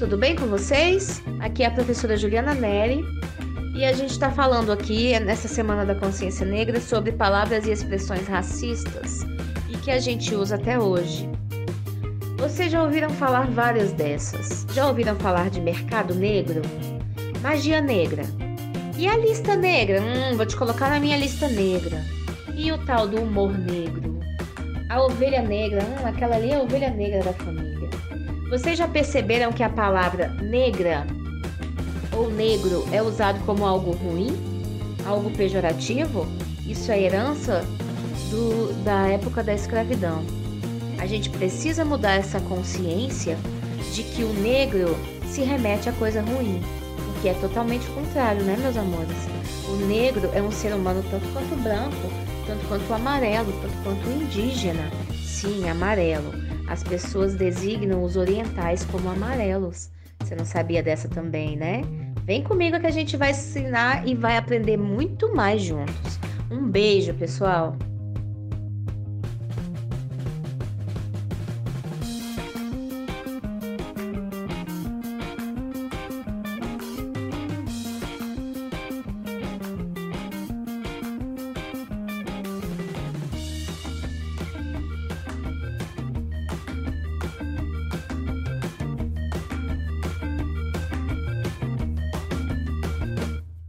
tudo bem com vocês? Aqui é a professora Juliana Neri e a gente está falando aqui nessa Semana da Consciência Negra sobre palavras e expressões racistas e que a gente usa até hoje. Vocês já ouviram falar várias dessas? Já ouviram falar de mercado negro? Magia negra? E a lista negra? Vou te colocar na minha lista negra. E o tal do humor negro? A ovelha negra? Aquela ali é a ovelha negra da família. Vocês já perceberam que a palavra negra ou negro é usado como algo ruim? Algo pejorativo? Isso é herança da época da escravidão. A gente precisa mudar essa consciência de que o negro se remete a coisa ruim, o que é totalmente o contrário, né, meus amores? O negro é um ser humano tanto quanto o branco, tanto quanto o amarelo, tanto quanto o indígena. Sim, amarelo. As pessoas designam os orientais como amarelos. Você não sabia dessa também, né? Vem comigo que a gente vai ensinar e vai aprender muito mais juntos. Um beijo, pessoal!